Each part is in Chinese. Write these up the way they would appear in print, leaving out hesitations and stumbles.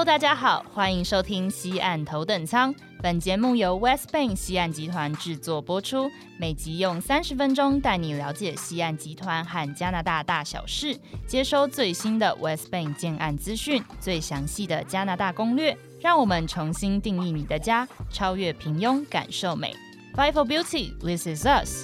大家好，欢迎收听西岸头等舱。本节目由 Westbank 西岸集团制作播出，每集用30分钟带你了解西岸集团和加拿大大小事，接收最新的 Westbank 建案资讯，最详细的加拿大攻略，让我们重新定义你的家，超越平庸，感受美。Fight for beauty, this is us。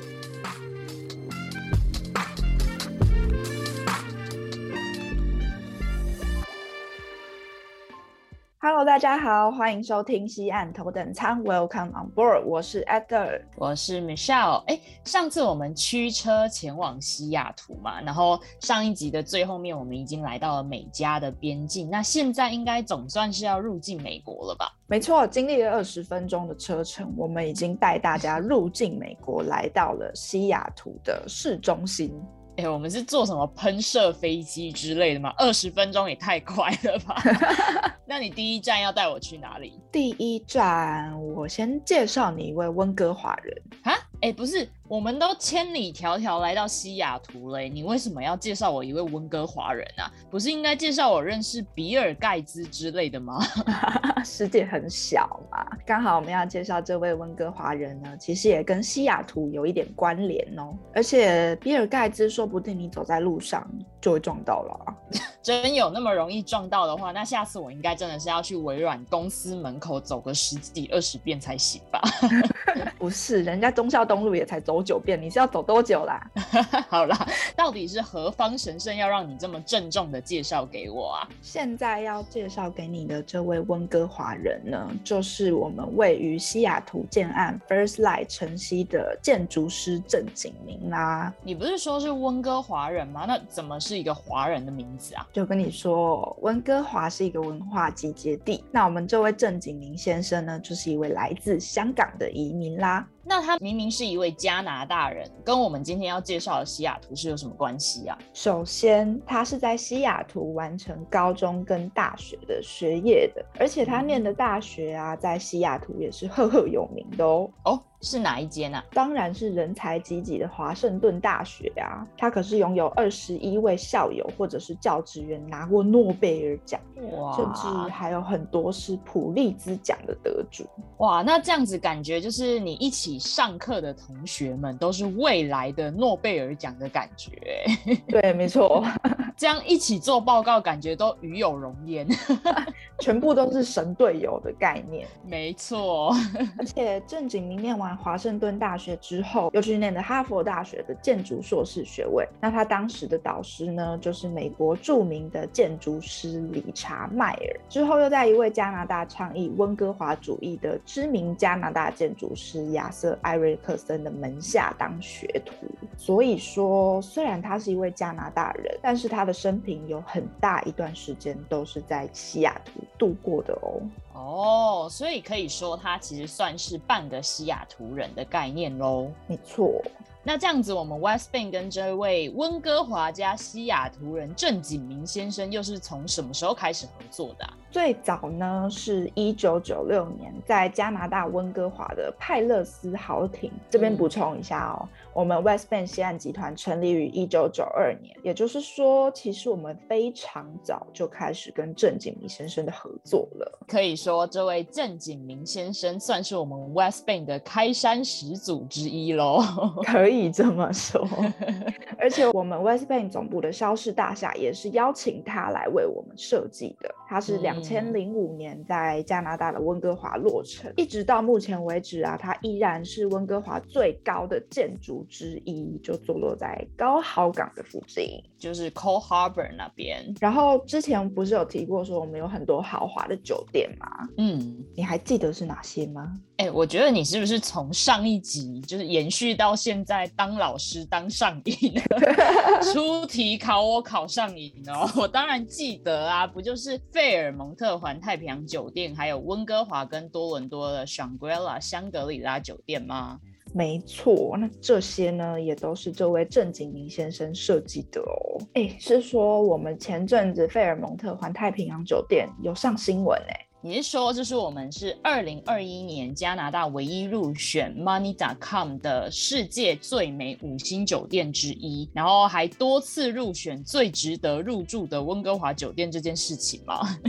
Hello， 大家好，欢迎收听西岸头等舱 ，Welcome on board。我是 Edgar， 我是 Michelle。上次我们驱车前往西雅图嘛，然后上一集的最后面，我们已经来到了美加的边境，那现在应该总算是要入境美国了吧？ 没错，经历了20分钟的车程，我们已经带大家入境美国，来到了西雅图的市中心。 我们是坐什么喷射飞机之类的吗？20分钟也太快了吧？那你第一站要带我去哪里？ 第一站，我先介绍你一位温哥华人。 哈？不是，我们都千里迢迢来到西雅图了，你为什么要介绍我一位温哥华人啊？不是应该介绍我认识比尔盖茨之类的吗？ 世界很小嘛，刚好我们要介绍这位温哥华人呢，其实也跟西雅图有一点关联哦。而且比尔盖茨说不定你走在路上就会撞到了啊。 真有那么容易撞到的话，那下次我应该真的是要去微软公司门口走个10几20遍才行吧？ 不是，人家忠孝东路也才走9遍，你是要走多久啦？ 好啦，到底是何方神圣要让你这么郑重的介绍给我啊？ 现在要介绍给你的这位温哥华人呢，就是我们位于西雅图建案 First Light 晨曦的建筑师郑景明啦。 你不是说是温哥华人吗？那怎么是一个华人的名字啊？ 就跟你说，温哥华是一个文化集结地。那我们这位郑景明先生呢，就是一位来自香港的移民啦。 那他明明是一位加拿大人，跟我们今天要介绍的西雅图是有什么关系啊？ 首先，他是在西雅图完成高中跟大学的学业的，而且他念的大学啊，在西雅图也是赫赫有名的哦。 是哪一间啊？ 当然是人才济济的华盛顿大学啊，他可是拥有21位校友或者是教职员拿过诺贝尔奖，甚至还有很多是普利兹奖的得主。 哇，那这样子感觉就是你一起上课的同学们都是未来的诺贝尔奖的感觉。 对，没错。 这样一起做报告，感觉都与有荣焉。 全部都是神队友的概念。 没错。 而且郑景明念完华盛顿大学之后，又去念了哈佛大学的建筑硕士学位。那他当时的导师呢，就是美国著名的建筑师理查迈尔。之后又在一位加拿大倡议温哥华主义的知名加拿大建筑师亚瑟艾瑞克森的门下当学徒。所以说，虽然他是一位加拿大人，但是他的生平有很大一段时间都是在西雅图度过的哦。 所以可以说他其实算是半个西雅图人的概念咯。 没错。 那这样子，我们 Westbank 跟这位温哥华加西雅图人郑景明先生又是从什么时候开始合作的啊？ 最早呢是1996年，在加拿大温哥华的派勒斯豪庭。这边补充一下哦，我们 Westbank 西岸集团成立于1992年，也就是说，其实我们非常早就开始跟郑景明先生的合作了。 可以说，这位郑景明先生算是我们 Westbank 的开山始祖之一咯。 可以这么说。而且我们 Westbank 总部的肖氏大厦也是邀请他来为我们设计的。他是2005年在加拿大的温哥华落成，一直到目前为止啊，他依然是温哥华最高的建筑之一，就坐落在高豪港的附近， 就是 Cole Harbour 那边。 然后之前不是有提过说我们有很多豪华的酒店吗？你还记得是哪些吗？ 我觉得你是不是从上一集就是延续到现在当老师当上瘾出题考我考上瘾哦。我当然记得啊，不就是费尔蒙特环太平洋酒店，还有温哥华跟多伦多的 Shangri-La 香格里拉酒店吗？ 没错，那这些呢也都是这位郑景明先生设计的哦。是说我们前阵子费尔蒙特环太平洋酒店有上新闻你是说这是我们是2021年加拿大唯一入选 Money.com 的世界最美5星酒店之一，然后还多次入选最值得入住的温哥华酒店这件事情吗？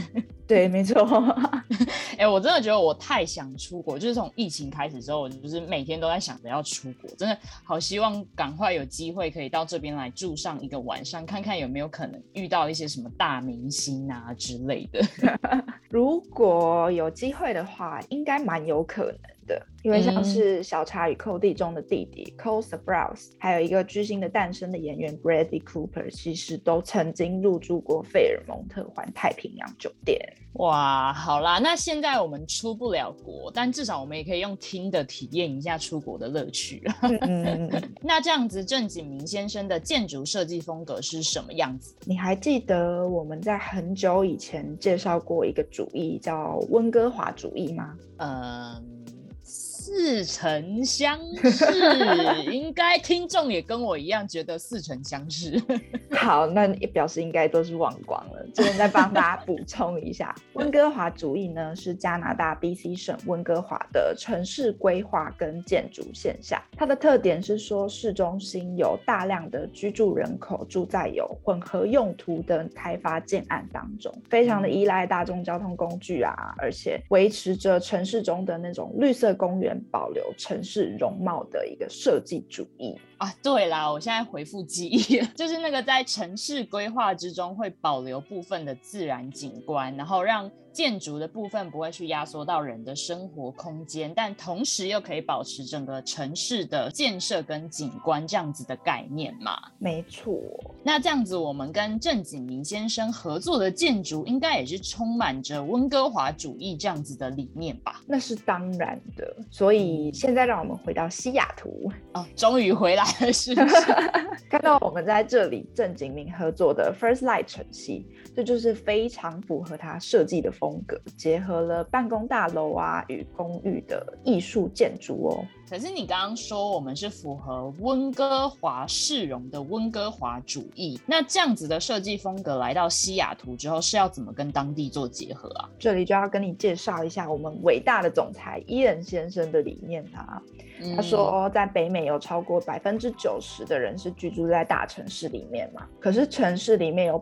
对，没错。 我真的觉得我太想出国，就是从疫情开始之后，我就是每天都在想着要出国，真的好希望赶快有机会可以到这边来住上一个晚上，看看有没有可能遇到一些什么大明星啊之类的。 如果有机会的话，应该蛮有可能的，因为像是小茶与寇弟中的弟弟 Cole Sprouse， 还有一个巨星的诞生的演员 Bradley Cooper， 其实都曾经入住过费尔蒙特环太平洋酒店。 哇，好啦，那现在我们出不了国，但至少我们也可以用听的体验一下出国的乐趣。那这样子，郑景明先生的建筑设计风格是什么样子？ 你还记得我们在很久以前介绍过一个主义叫温哥华主义吗？ 似曾相识，应该听众也跟我一样觉得似曾相识。 好，那也表示应该都是忘光了。这边再帮大家补充一下，温哥华主义呢是加拿大 BC 省温哥华的城市规划跟建筑现象。它的特点是说，市中心有大量的居住人口住在有混合用途的开发建案当中，非常的依赖大众交通工具啊，而且维持着城市中的那种绿色公园，保留城市容貌的一个设计主义啊。对啦，我现在回复记忆，就是那个在城市规划之中会保留部分的自然景观，然后让建筑的部分不会去压缩到人的生活空间，但同时又可以保持整个城市的建设跟景观这样子的概念嘛。 没错。 那这样子我们跟郑景明先生合作的建筑应该也是充满着温哥华主义这样子的理念吧？ 那是当然的。所以现在让我们回到西雅图。 终于回来了，是不是？ 看到我们在这里郑景明合作的 First Light 晨曦，这就是非常符合他设计的风格，结合了办公大楼啊与公寓的艺术建筑哦。 可是你刚刚说我们是符合温哥华市容的温哥华主义，那这样子的设计风格来到西雅图之后是要怎么跟当地做结合啊？ 这里就要跟你介绍一下我们伟大的总裁伊恩先生的理念啊。他说在北美有超过90%的人是居住在大城市里面嘛，可是城市里面有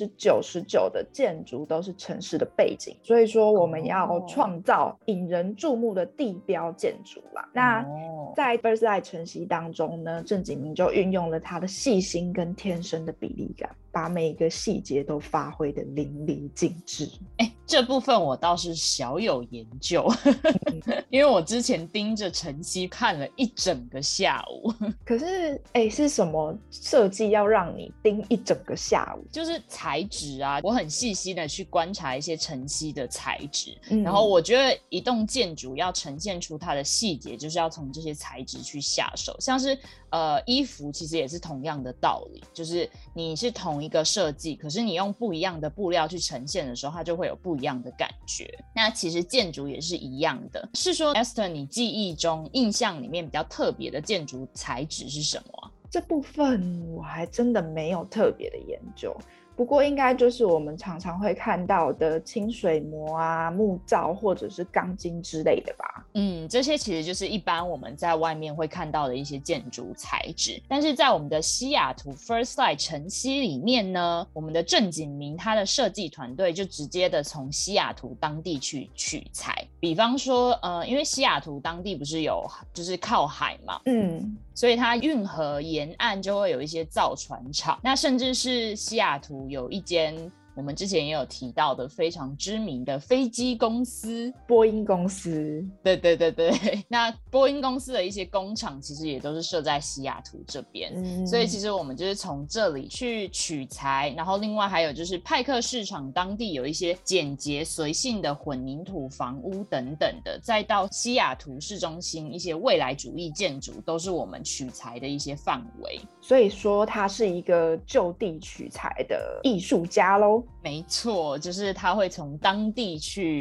99%的建筑都是城市的背景，所以说我们要创造引人注目的地标建筑啦。那在 First Light 晨曦当中呢，郑景明就运用了他的细心跟天生的比例感，把每一个细节都发挥得淋漓尽致。 这部分我倒是小有研究，因为我之前盯着晨曦看了一整个下午。 可是是什么设计要让你盯一整个下午？ 就是材质啊，我很细心的去观察一些晨曦的材质，然后我觉得一栋建筑要呈现出它的细节，就是要从这些材质去下手。像是衣服其实也是同样的道理，就是你是同一个设计，可是你用不一样的布料去呈现的时候，它就会有不一样的感觉。那其实建筑也是一样的。是说 Esther 你记忆中印象里面比较特别的建筑材质是什么啊？ 这部分我还真的没有特别的研究，不过应该就是我们常常会看到的清水模啊、木造或者是钢筋之类的吧。 这些其实就是一般我们在外面会看到的一些建筑材质，但是在我们的西雅图 First Light 晨曦里面呢，我们的郑景明他的设计团队就直接的从西雅图当地去取材，比方说因为西雅图当地不是有就是靠海嘛，所以它运河沿岸就会有一些造船厂，那甚至是西雅图有一间我们之前也有提到的非常知名的飞机公司波音公司。 对，那波音公司的一些工厂其实也都是设在西雅图这边，所以其实我们就是从这里去取材，然后另外还有就是派克市场当地有一些简洁随性的混凝土房屋等等的，再到西雅图市中心一些未来主义建筑都是我们取材的一些范围， 所以说他是一个就地取材的艺术家咯。 没错，就是他会从当地去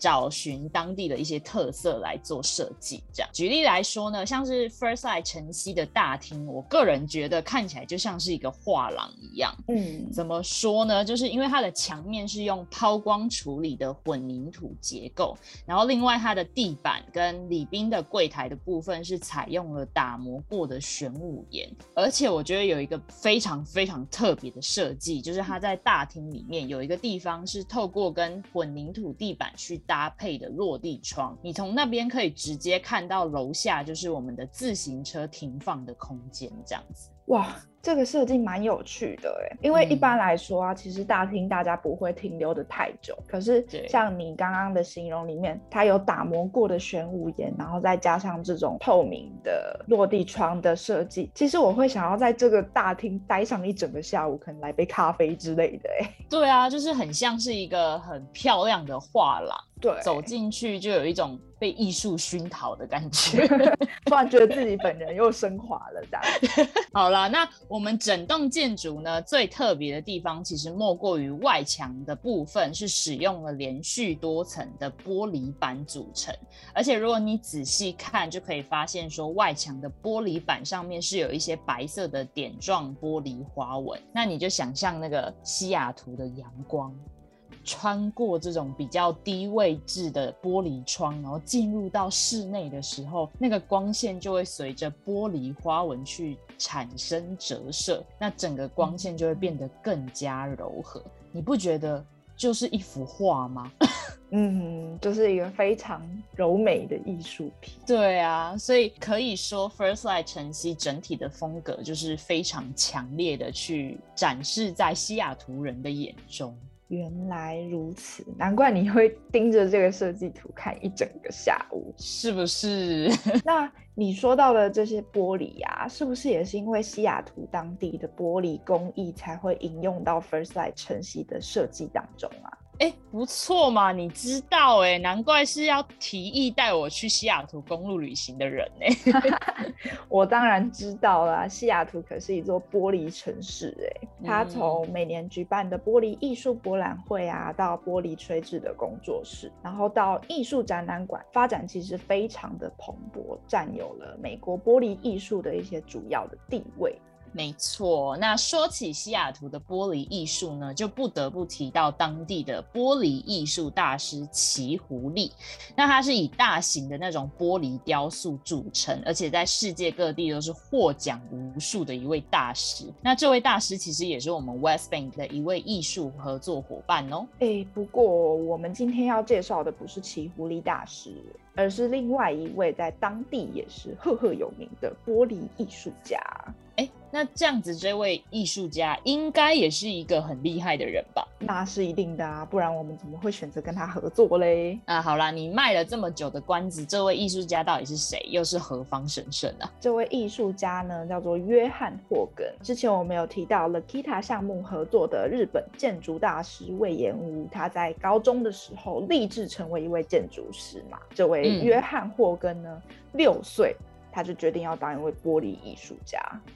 找寻当地的一些特色来做设计。这样举例来说呢，像是 First Light 晨曦的大厅，我个人觉得看起来就像是一个画廊一样。怎么说呢，就是因为它的墙面是用抛光处理的混凝土结构，然后另外它的地板跟礼宾的柜台的部分是采用了打磨过的玄武岩。而且我觉得有一个非常非常特别的设计，就是它在大厅里面有一个地方是透过跟混凝土地板去搭配的落地窗，你从那边可以直接看到楼下就是我们的自行车停放的空间这样子。 哇，这个设计蛮有趣的耶，因为一般来说啊，其实大厅大家不会停留的太久，可是像你刚刚的形容里面，它有打磨过的玄武岩，然后再加上这种透明的落地窗的设计，其实我会想要在这个大厅待上一整个下午，可能来杯咖啡之类的耶。 对啊，就是很像是一个很漂亮的画廊， 对， 走进去就有一种被艺术熏陶的感觉突然觉得自己本人又升华了这样。 好啦，那我们整栋建筑呢，最特别的地方其实莫过于外墙的部分是使用了连续多层的玻璃板组成，而且如果你仔细看就可以发现说外墙的玻璃板上面是有一些白色的点状玻璃花纹，那你就想象那个西雅图的阳光穿过这种比较低位置的玻璃窗，然后进入到室内的时候，那个光线就会随着玻璃花纹去产生折射，那整个光线就会变得更加柔和。你不觉得就是一幅画吗？ 就是一个非常柔美的艺术品。 对啊，所以可以说 First Light 晨曦整体的风格就是非常强烈的去展示在西雅图人的眼中。 原来如此，难怪你会盯着这个设计图看一整个下午， 是不是？ 那你说到的这些玻璃啊，是不是也是因为西雅图当地的玻璃工艺才会引用到 First Light 晨曦的设计当中啊？ 不错嘛，你知道难怪是要提议带我去西雅图公路旅行的人我当然知道啦，西雅图可是一座玻璃城市它从每年举办的玻璃艺术博览会啊，到玻璃吹制的工作室，然后到艺术展览馆，发展其实非常的蓬勃，占有了美国玻璃艺术的一些主要的地位。 没错，那说起西雅图的玻璃艺术呢，就不得不提到当地的玻璃艺术大师奇狐狸。那他是以大型的那种玻璃雕塑著称，而且在世界各地都是获奖无数的一位大师。那这位大师其实也是我们 West Bank 的一位艺术合作伙伴哦。 不过我们今天要介绍的不是奇狐狸大师，而是另外一位在当地也是赫赫有名的玻璃艺术家。 那这样子这位艺术家应该也是一个很厉害的人吧？ 那是一定的啊，不然我们怎么会选择跟他合作嘞？ 好啦，你卖了这么久的关子，这位艺术家到底是谁，又是何方神圣啊？ 这位艺术家呢叫做约翰霍根，之前我们有提到 Lakita 项目合作的日本建筑大师隈研吾，他在高中的时候立志成为一位建筑师嘛。这位约翰霍根呢，6岁他就决定要当一位玻璃艺术家。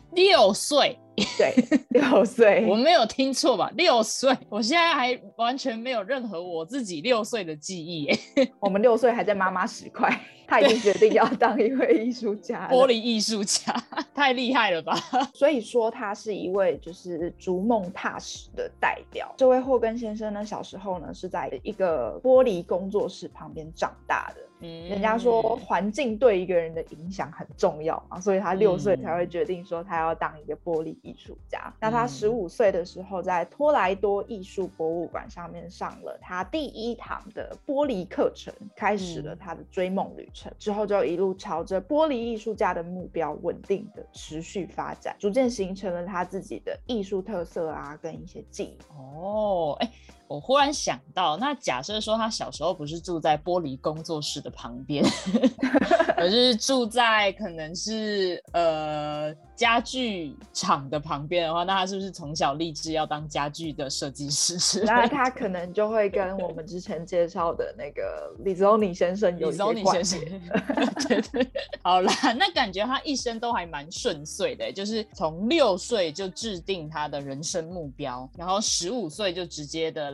6岁？ 对，6岁。 我没有听错吧？6岁，我现在还完全没有任何我自己6岁的记忆我们6岁还在妈妈10块，他已经决定要当一位艺术家了， 玻璃艺术家，太厉害了吧？ 所以说他是一位就是逐梦踏实的代表。这位霍根先生呢，小时候呢是在一个玻璃工作室旁边长大的。人家说环境对一个人的影响很重要嘛，所以他6岁才会决定说他要当一个玻璃艺术家。那他15岁的时候，在托莱多艺术博物馆上面上了他第1堂的玻璃课程，开始了他的追梦旅程。之后就一路朝着玻璃艺术家的目标稳定的持续发展，逐渐形成了他自己的艺术特色啊，跟一些技能。 我忽然想到，那假设说他小时候不是住在玻璃工作室的旁边而是住在可能是家具厂的旁边的话，那他是不是从小立志要当家具的设计师之类的？ 那他可能就会跟我们之前介绍的那个李宗尼先生有一些关系。 对，好啦，那感觉他一生都还蛮顺遂的，就是从6岁就制定他的人生目标，然后15岁就直接的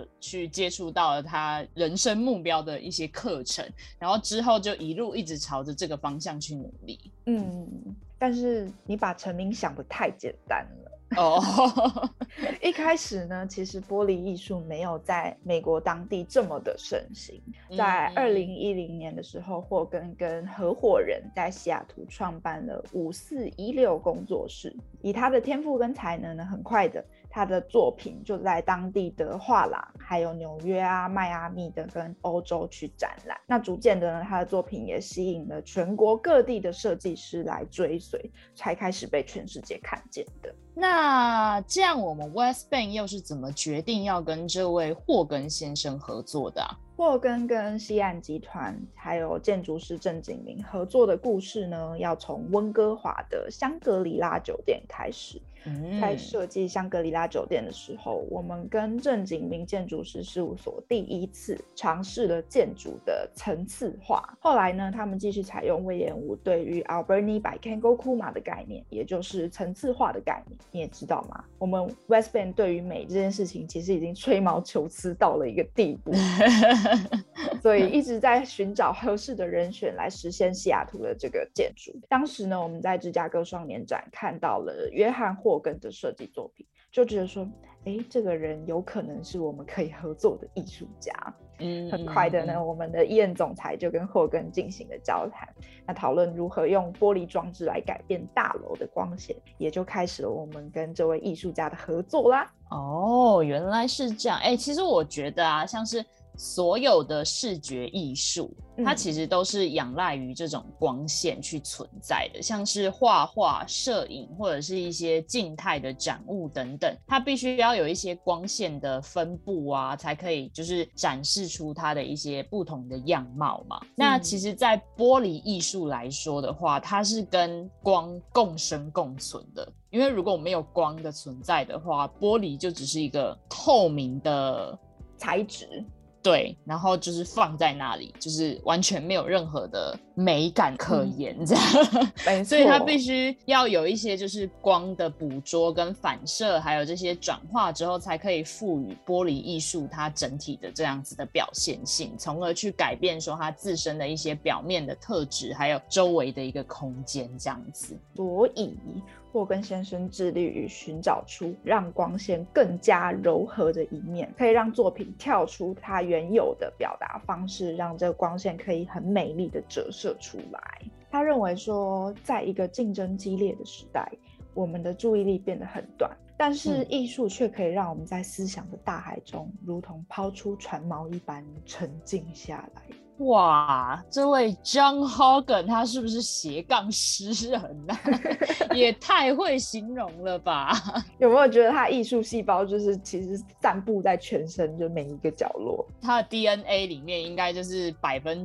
去接触到了他人生目标的一些课程，然后之后就一直朝着这个方向去努力。 但是你把成名想得太简单了。一开始呢，其实玻璃艺术没有在美国当地这么的盛行。在2010年的时候，霍根跟合伙人在西雅图创办了5416工作室。以他的天赋跟才能呢，很快的他的作品就在当地的画廊还有纽约啊、迈阿密的跟欧洲去展览。那逐渐的呢，他的作品也吸引了全国各地的设计师来追随，才开始被全世界看见的。 那这样我们 West Bank 又是怎么决定要跟这位霍根先生合作的啊？ 霍根跟西岸集团还有建筑师郑景明合作的故事呢，要从温哥华的香格里拉酒店开始。在设计香格里拉酒店的时候，我们跟郑景明建筑师事务所第一次尝试了建筑的层次化。后来呢，他们继续采用隈研吾对于 Alberni by Kengo Kuma 的概念，也就是层次化的概念。你也知道吗？我们 West Bank 对于美这件事情其实已经吹毛求疵到了一个地步所以一直在寻找合适的人选来实现西雅图的这个建筑。当时呢，我们在芝加哥双年展看到了约翰霍根的设计作品，就觉得说这个人有可能是我们可以合作的艺术家。很快的呢，我们的燕总裁就跟霍根进行了交谈，那讨论如何用玻璃装置来改变大楼的光线，也就开始了我们跟这位艺术家的合作啦。 原来是这样。其实我觉得啊，像是所有的视觉艺术，它其实都是仰赖于这种光线去存在的，像是画画、摄影或者是一些静态的展物等等，它必须要有一些光线的分布啊，才可以就是展示出它的一些不同的样貌嘛。那其实在玻璃艺术来说的话，它是跟光共生共存的，因为如果没有光的存在的话，玻璃就只是一个透明的材质， 对，然后就是放在那里，就是完全没有任何的美感可言这样没错， 所以它必须要有一些就是光的捕捉跟反射，还有这些转化之后，才可以赋予玻璃艺术它整体的这样子的表现性，从而去改变说它自身的一些表面的特质，还有周围的一个空间这样子。 所以霍根先生致力于寻找出让光线更加柔和的一面，可以让作品跳出它原有的表达方式，让这个光线可以很美丽的折射出来。他认为说，在一个竞争激烈的时代，我们的注意力变得很短，但是艺术却可以让我们在思想的大海中，如同抛出船锚一般沉静下来。 哇，这位 John Hogan 他是不是斜杠诗人啊？也太会形容了吧？ 有没有觉得他艺术细胞就是其实散布在全身，就每一个角落？ 他的 DNA 里面应该就是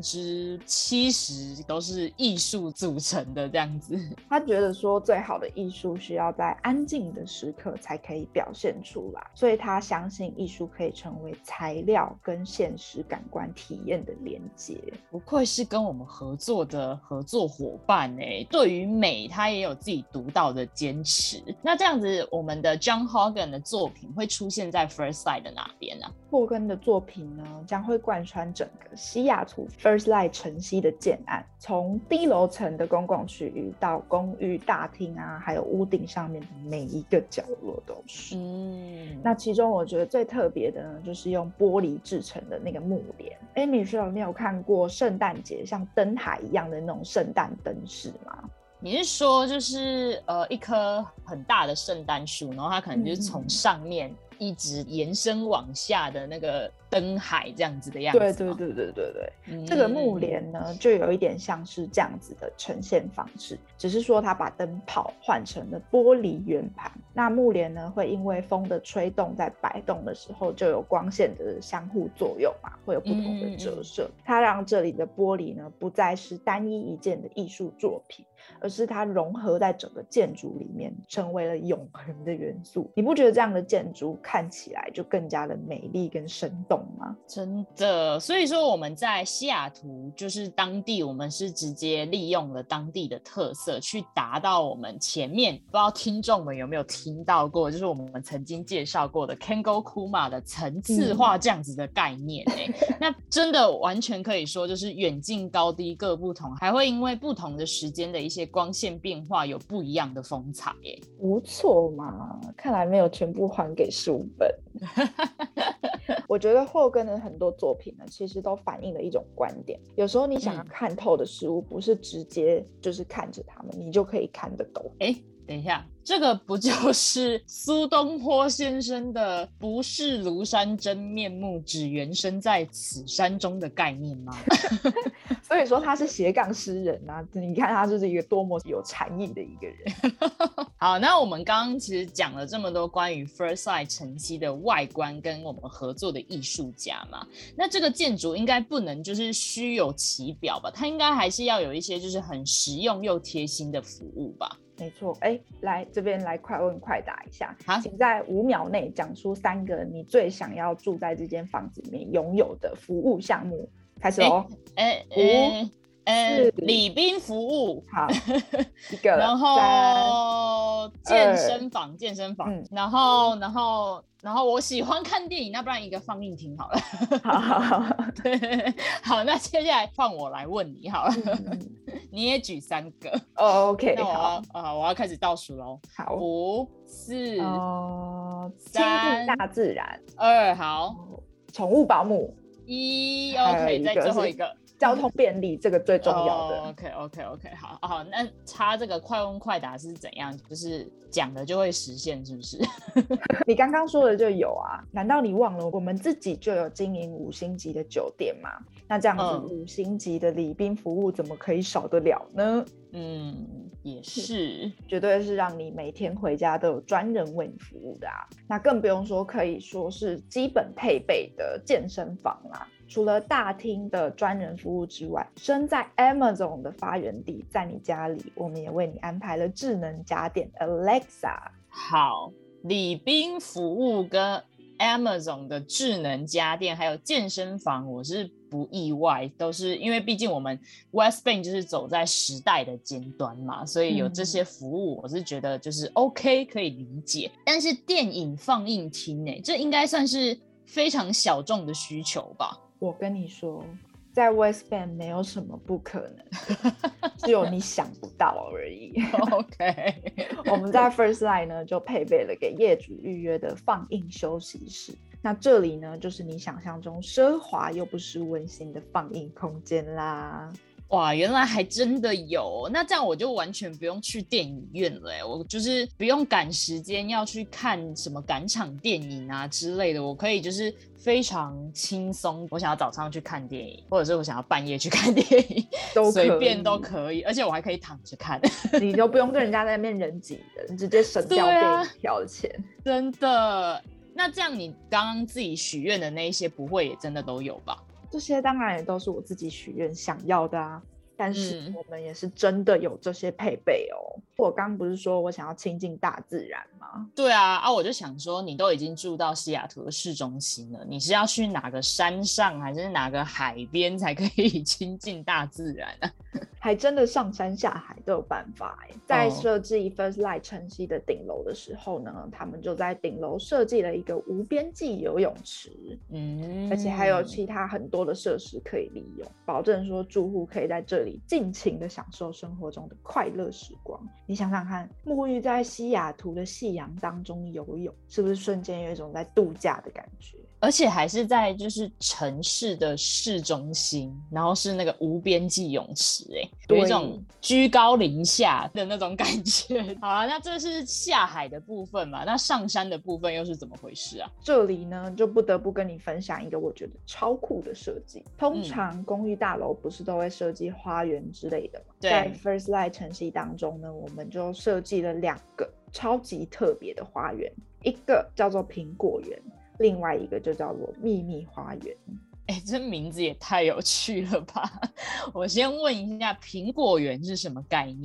70%都是艺术组成的这样子。 他觉得说，最好的艺术需要在安静的时刻才可以表现出来，所以他相信艺术可以成为材料跟现实感官体验的连接。 不愧是跟我们合作的合作伙伴对于美他也有自己独到的坚持。那这样子，我们的 John Hogan 的作品会出现在 First Light 的哪边呢？ 霍根的作品呢，将会贯穿整个西雅图 First Light 晨曦的建案，从低楼层的公共区域到公寓大厅啊，还有屋顶上面的每一个角落都是。那其中我觉得最特别的呢，就是用玻璃制成的那个幕帘。Michelle， 你有看过圣诞节像灯海一样的那种圣诞灯饰吗？ 你是说就是一棵很大的圣诞树，然后它可能就是从上面一直延伸往下的那个灯海这样子的样子吗？ 对，这个幕帘呢，就有一点像是这样子的呈现方式，只是说它把灯泡换成了玻璃圆盘。那幕帘呢，会因为风的吹动，在摆动的时候就有光线的相互作用嘛，会有不同的折射。它让这里的玻璃呢，不再是单一一件的艺术作品，而是它融合在整个建筑里面，成为了永恒的元素。你不觉得这样的建筑看起来就更加的美丽跟生动吗？ 真的，所以说我们在西雅图就是当地，我们是直接利用了当地的特色去达到我们前面不知道听众们有没有听到过，就是我们曾经介绍过的 Kengo Kuma 的层次化这样子的概念那真的完全可以说就是远近高低各不同，还会因为不同的时间的一些光线变化有不一样的风采不错嘛，看来没有全部还给书本我觉得霍根的很多作品呢，其实都反映了一种观点，有时候你想要看透的事物，不是直接就是看着它们你就可以看得懂。 等一下，这个不就是苏东坡先生的不识庐山真面目，只缘身在此山中的概念吗？ 所以说他是斜杠诗人啊，你看他就是一个多么有禅意的一个人好，那我们刚刚其实讲了这么多关于 First Light 晨曦的外观跟我们合作的艺术家嘛，那这个建筑应该不能就是虚有其表吧，它应该还是要有一些就是很实用又贴心的服务吧。 没错，来这边来快问快答一下，请在5秒内讲出3个你最想要住在这间房子里面拥有的服务项目。开始哦，5、4， 礼宾服务， 好，一个了， 然后健身房，然后我喜欢看电影，那不然一个放映厅好了。 好， 对，好，那接下来换我来问你好了，你也举3个。 OK， 那我要开始倒数喽。 好 ，5、4、 亲近大自然 2，好， 宠物保姆 1 ，OK， 再最后一个。 交通便利，这个最重要的。 OK， 好，那他这个快问快答是怎样？就是讲的就会实现，是不是？ 你刚刚说的就有啊？难道你忘了我们自己就有经营5星级的酒店吗？那这样子5星级的礼宾服务怎么可以少得了呢？ 也是， 绝对是让你每天回家都有专人为你服务的啊。那更不用说可以说是基本配备的健身房啦。除了大厅的专人服务之外，身在 Amazon 的发源地，在你家里，我们也为你安排了智能家电 Alexa。 好，礼宾服务跟 Amazon 的智能家电，还有健身房，我是不意外，都是因为毕竟我们 West Bank 就是走在时代的尖端嘛，所以有这些服务，我是觉得就是 OK 可以理解。但是电影放映厅这应该算是非常小众的需求吧？ 我跟你说，在 West Bank 没有什么不可能，只有你想不到而已。 OK， 我们在 First Light 呢就配备了给业主预约的放映休息室。那这里呢，就是你想象中奢华又不失温馨的放映空间啦。 哇，原来还真的有，那这样我就完全不用去电影院了我就是不用赶时间要去看什么赶场电影啊之类的，我可以就是非常轻松，我想要早上去看电影，或者是我想要半夜去看电影，随便都可以，而且我还可以躺着看， 你都不用跟人家在那边人挤人，你直接省掉电影票的钱， 真的。那这样你刚刚自己许愿的那一些不会也真的都有吧？ 这些当然也都是我自己许愿想要的啊，但是我们也是真的有这些配备哦。我刚刚不是说我想要亲近大自然吗？ 对啊，我就想说你都已经住到西雅图的市中心了，你是要去哪个山上还是哪个海边才可以亲近大自然啊？ 还真的上山下海都有办法在设计 First Light 晨曦的顶楼的时候呢，他们就在顶楼设计了一个无边际游泳池，而且还有其他很多的设施可以利用，保证说住户可以在这里尽情的享受生活中的快乐时光。你想想看，沐浴在西雅图的夕阳当中游泳，是不是瞬间有一种在度假的感觉？ 而且还是在就是城市的市中心，然后是那个无边际泳池有一种居高临下的那种感觉。好啦，那这是下海的部分嘛，那上山的部分又是怎么回事啊？ 这里呢就不得不跟你分享一个我觉得超酷的设计。通常公寓大楼不是都会设计花园之类的吗？在 First Light 晨曦当中呢，我们就设计了2个超级特别的花园，一个叫做苹果园，另外一个就叫做秘密花园。 这名字也太有趣了吧。我先问一下，苹果园是什么概念？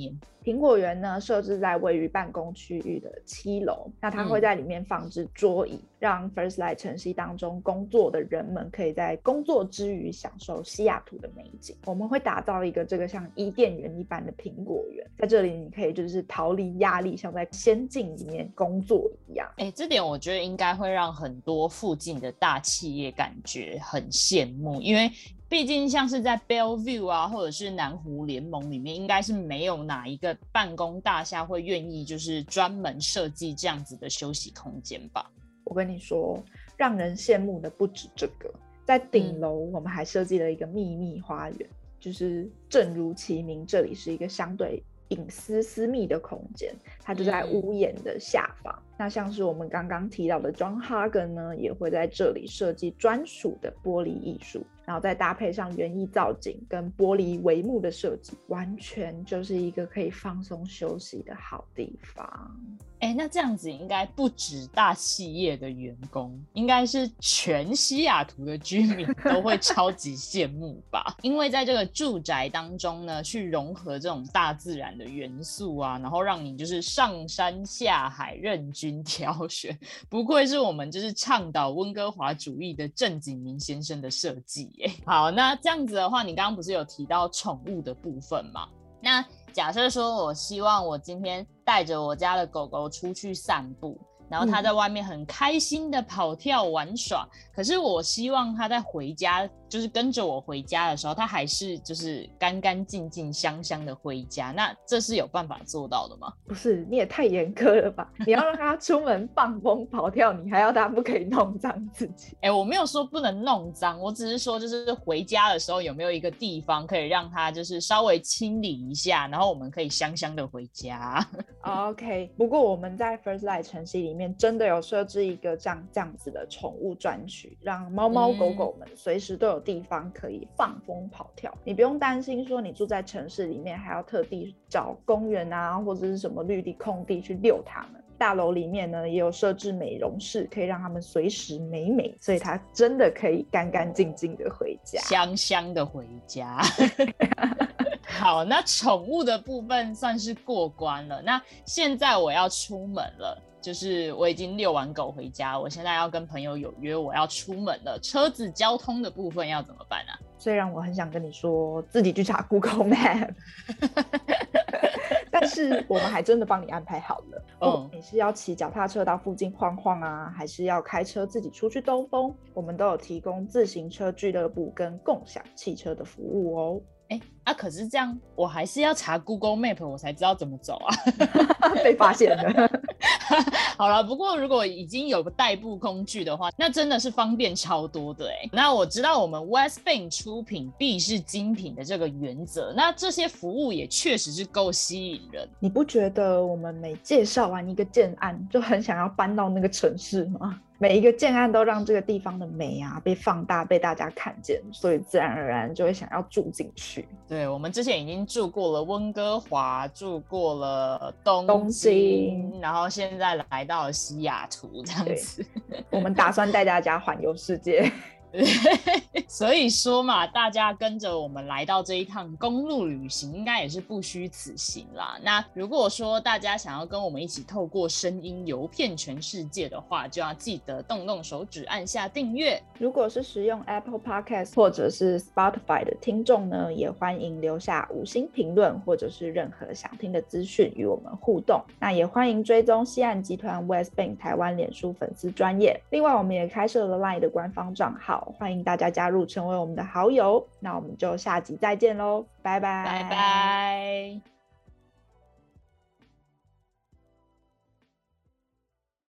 苹果园呢设置在位于办公区域的7楼，那它会在里面放置桌椅，让 First Light 城西当中工作的人们可以在工作之余享受西雅图的美景。我们会打造一个这个像伊甸园一般的苹果园，在这里你可以就是逃离压力，像在仙境里面工作一样。 这点我觉得应该会让很多附近的大企业感觉很羡慕，因为毕竟像是在 Bellevue 啊，或者是南湖联盟里面，应该是没有哪一个办公大厦会愿意就是专门设计这样子的休息空间吧。 我跟你说，让人羡慕的不止这个，在顶楼我们还设计了一个秘密花园，就是正如其名，这里是一个相对隐私私密的空间，它就在屋檐的下方。那像是我们刚刚提到的 John Hagen 呢，也会在这里设计专属的玻璃艺术，然后再搭配上园艺造景跟玻璃帷幕的设计，完全就是一个可以放松休息的好地方。 那这样子应该不止大企业的员工，应该是全西雅图的居民都会超级羡慕吧。因为在这个住宅当中呢，去融合这种大自然的元素啊，然后让你就是上山下海任君挑选，不愧是我们就是倡导温哥华主义的郑景明先生的设计耶。好，那这样子的话，你刚刚不是有提到宠物的部分吗？那假设说我希望我今天带着我家的狗狗出去散步，然后它在外面很开心的跑跳玩耍，可是我希望它在回家，就是跟着我回家的时候，它还是就是干干净净香香的回家，那这是有办法做到的吗？ 不是，你也太严苛了吧。你要让它出门放风跑跳，你还要它不可以弄脏自己。 我没有说不能弄脏，我只是说就是回家的时候有没有一个地方可以让它就是稍微清理一下，然后我们可以香香的回家。 OK， 不过我们在 First Light 城西里面真的有设置一个这样子的宠物专区，让猫猫狗狗们随时都有地方可以放风跑跳。你不用担心说你住在城市里面还要特地找公园啊或者是什么绿地空地去遛它们。大楼里面呢也有设置美容室，可以让他们随时美美，所以它真的可以干干净净的回家， 香香的回家。好，那宠物的部分算是过关了。那现在我要出门了，就是我已经遛完狗回家，我现在要跟朋友有约，我要出门了。车子交通的部分要怎么办啊？ 虽然我很想跟你说自己去查 Google Map 但是我们还真的帮你安排好了。你是要骑脚踏车到附近晃晃啊，还是要开车自己出去兜风？我们都有提供自行车俱乐部跟共享汽车的服务哦。 可是这样我还是要查 Google Map 我才知道怎么走啊。 被发现了。 好了，不过如果已经有个代步工具的话，那真的是方便超多的那我知道我们 West Bank 出品必是精品的这个原则，那这些服务也确实是够吸引人。 你不觉得我们每介绍完一个建案就很想要搬到那个城市吗？每一个建案都让这个地方的美啊被放大，被大家看见，所以自然而然就会想要住进去。 对，我们之前已经住过了温哥华，住过了东京，然后现在来到了西雅图这样子。 我们打算带大家环游世界。 所以说嘛，大家跟着我们来到这一趟公路旅行，应该也是不虚此行啦。那如果说大家想要跟我们一起透过声音游遍全世界的话，就要记得动动手指按下订阅。 如果是使用 Apple Podcast 或者是 Spotify 的听众呢，也欢迎留下5星评论或者是任何想听的资讯与我们互动。那也欢迎追踪西岸集团 West Bank 台湾脸书粉丝专页。另外我们也开设了 LINE 的官方账号，欢迎大家加入成为我们的好友。那我们就下集再见咯，拜拜拜拜。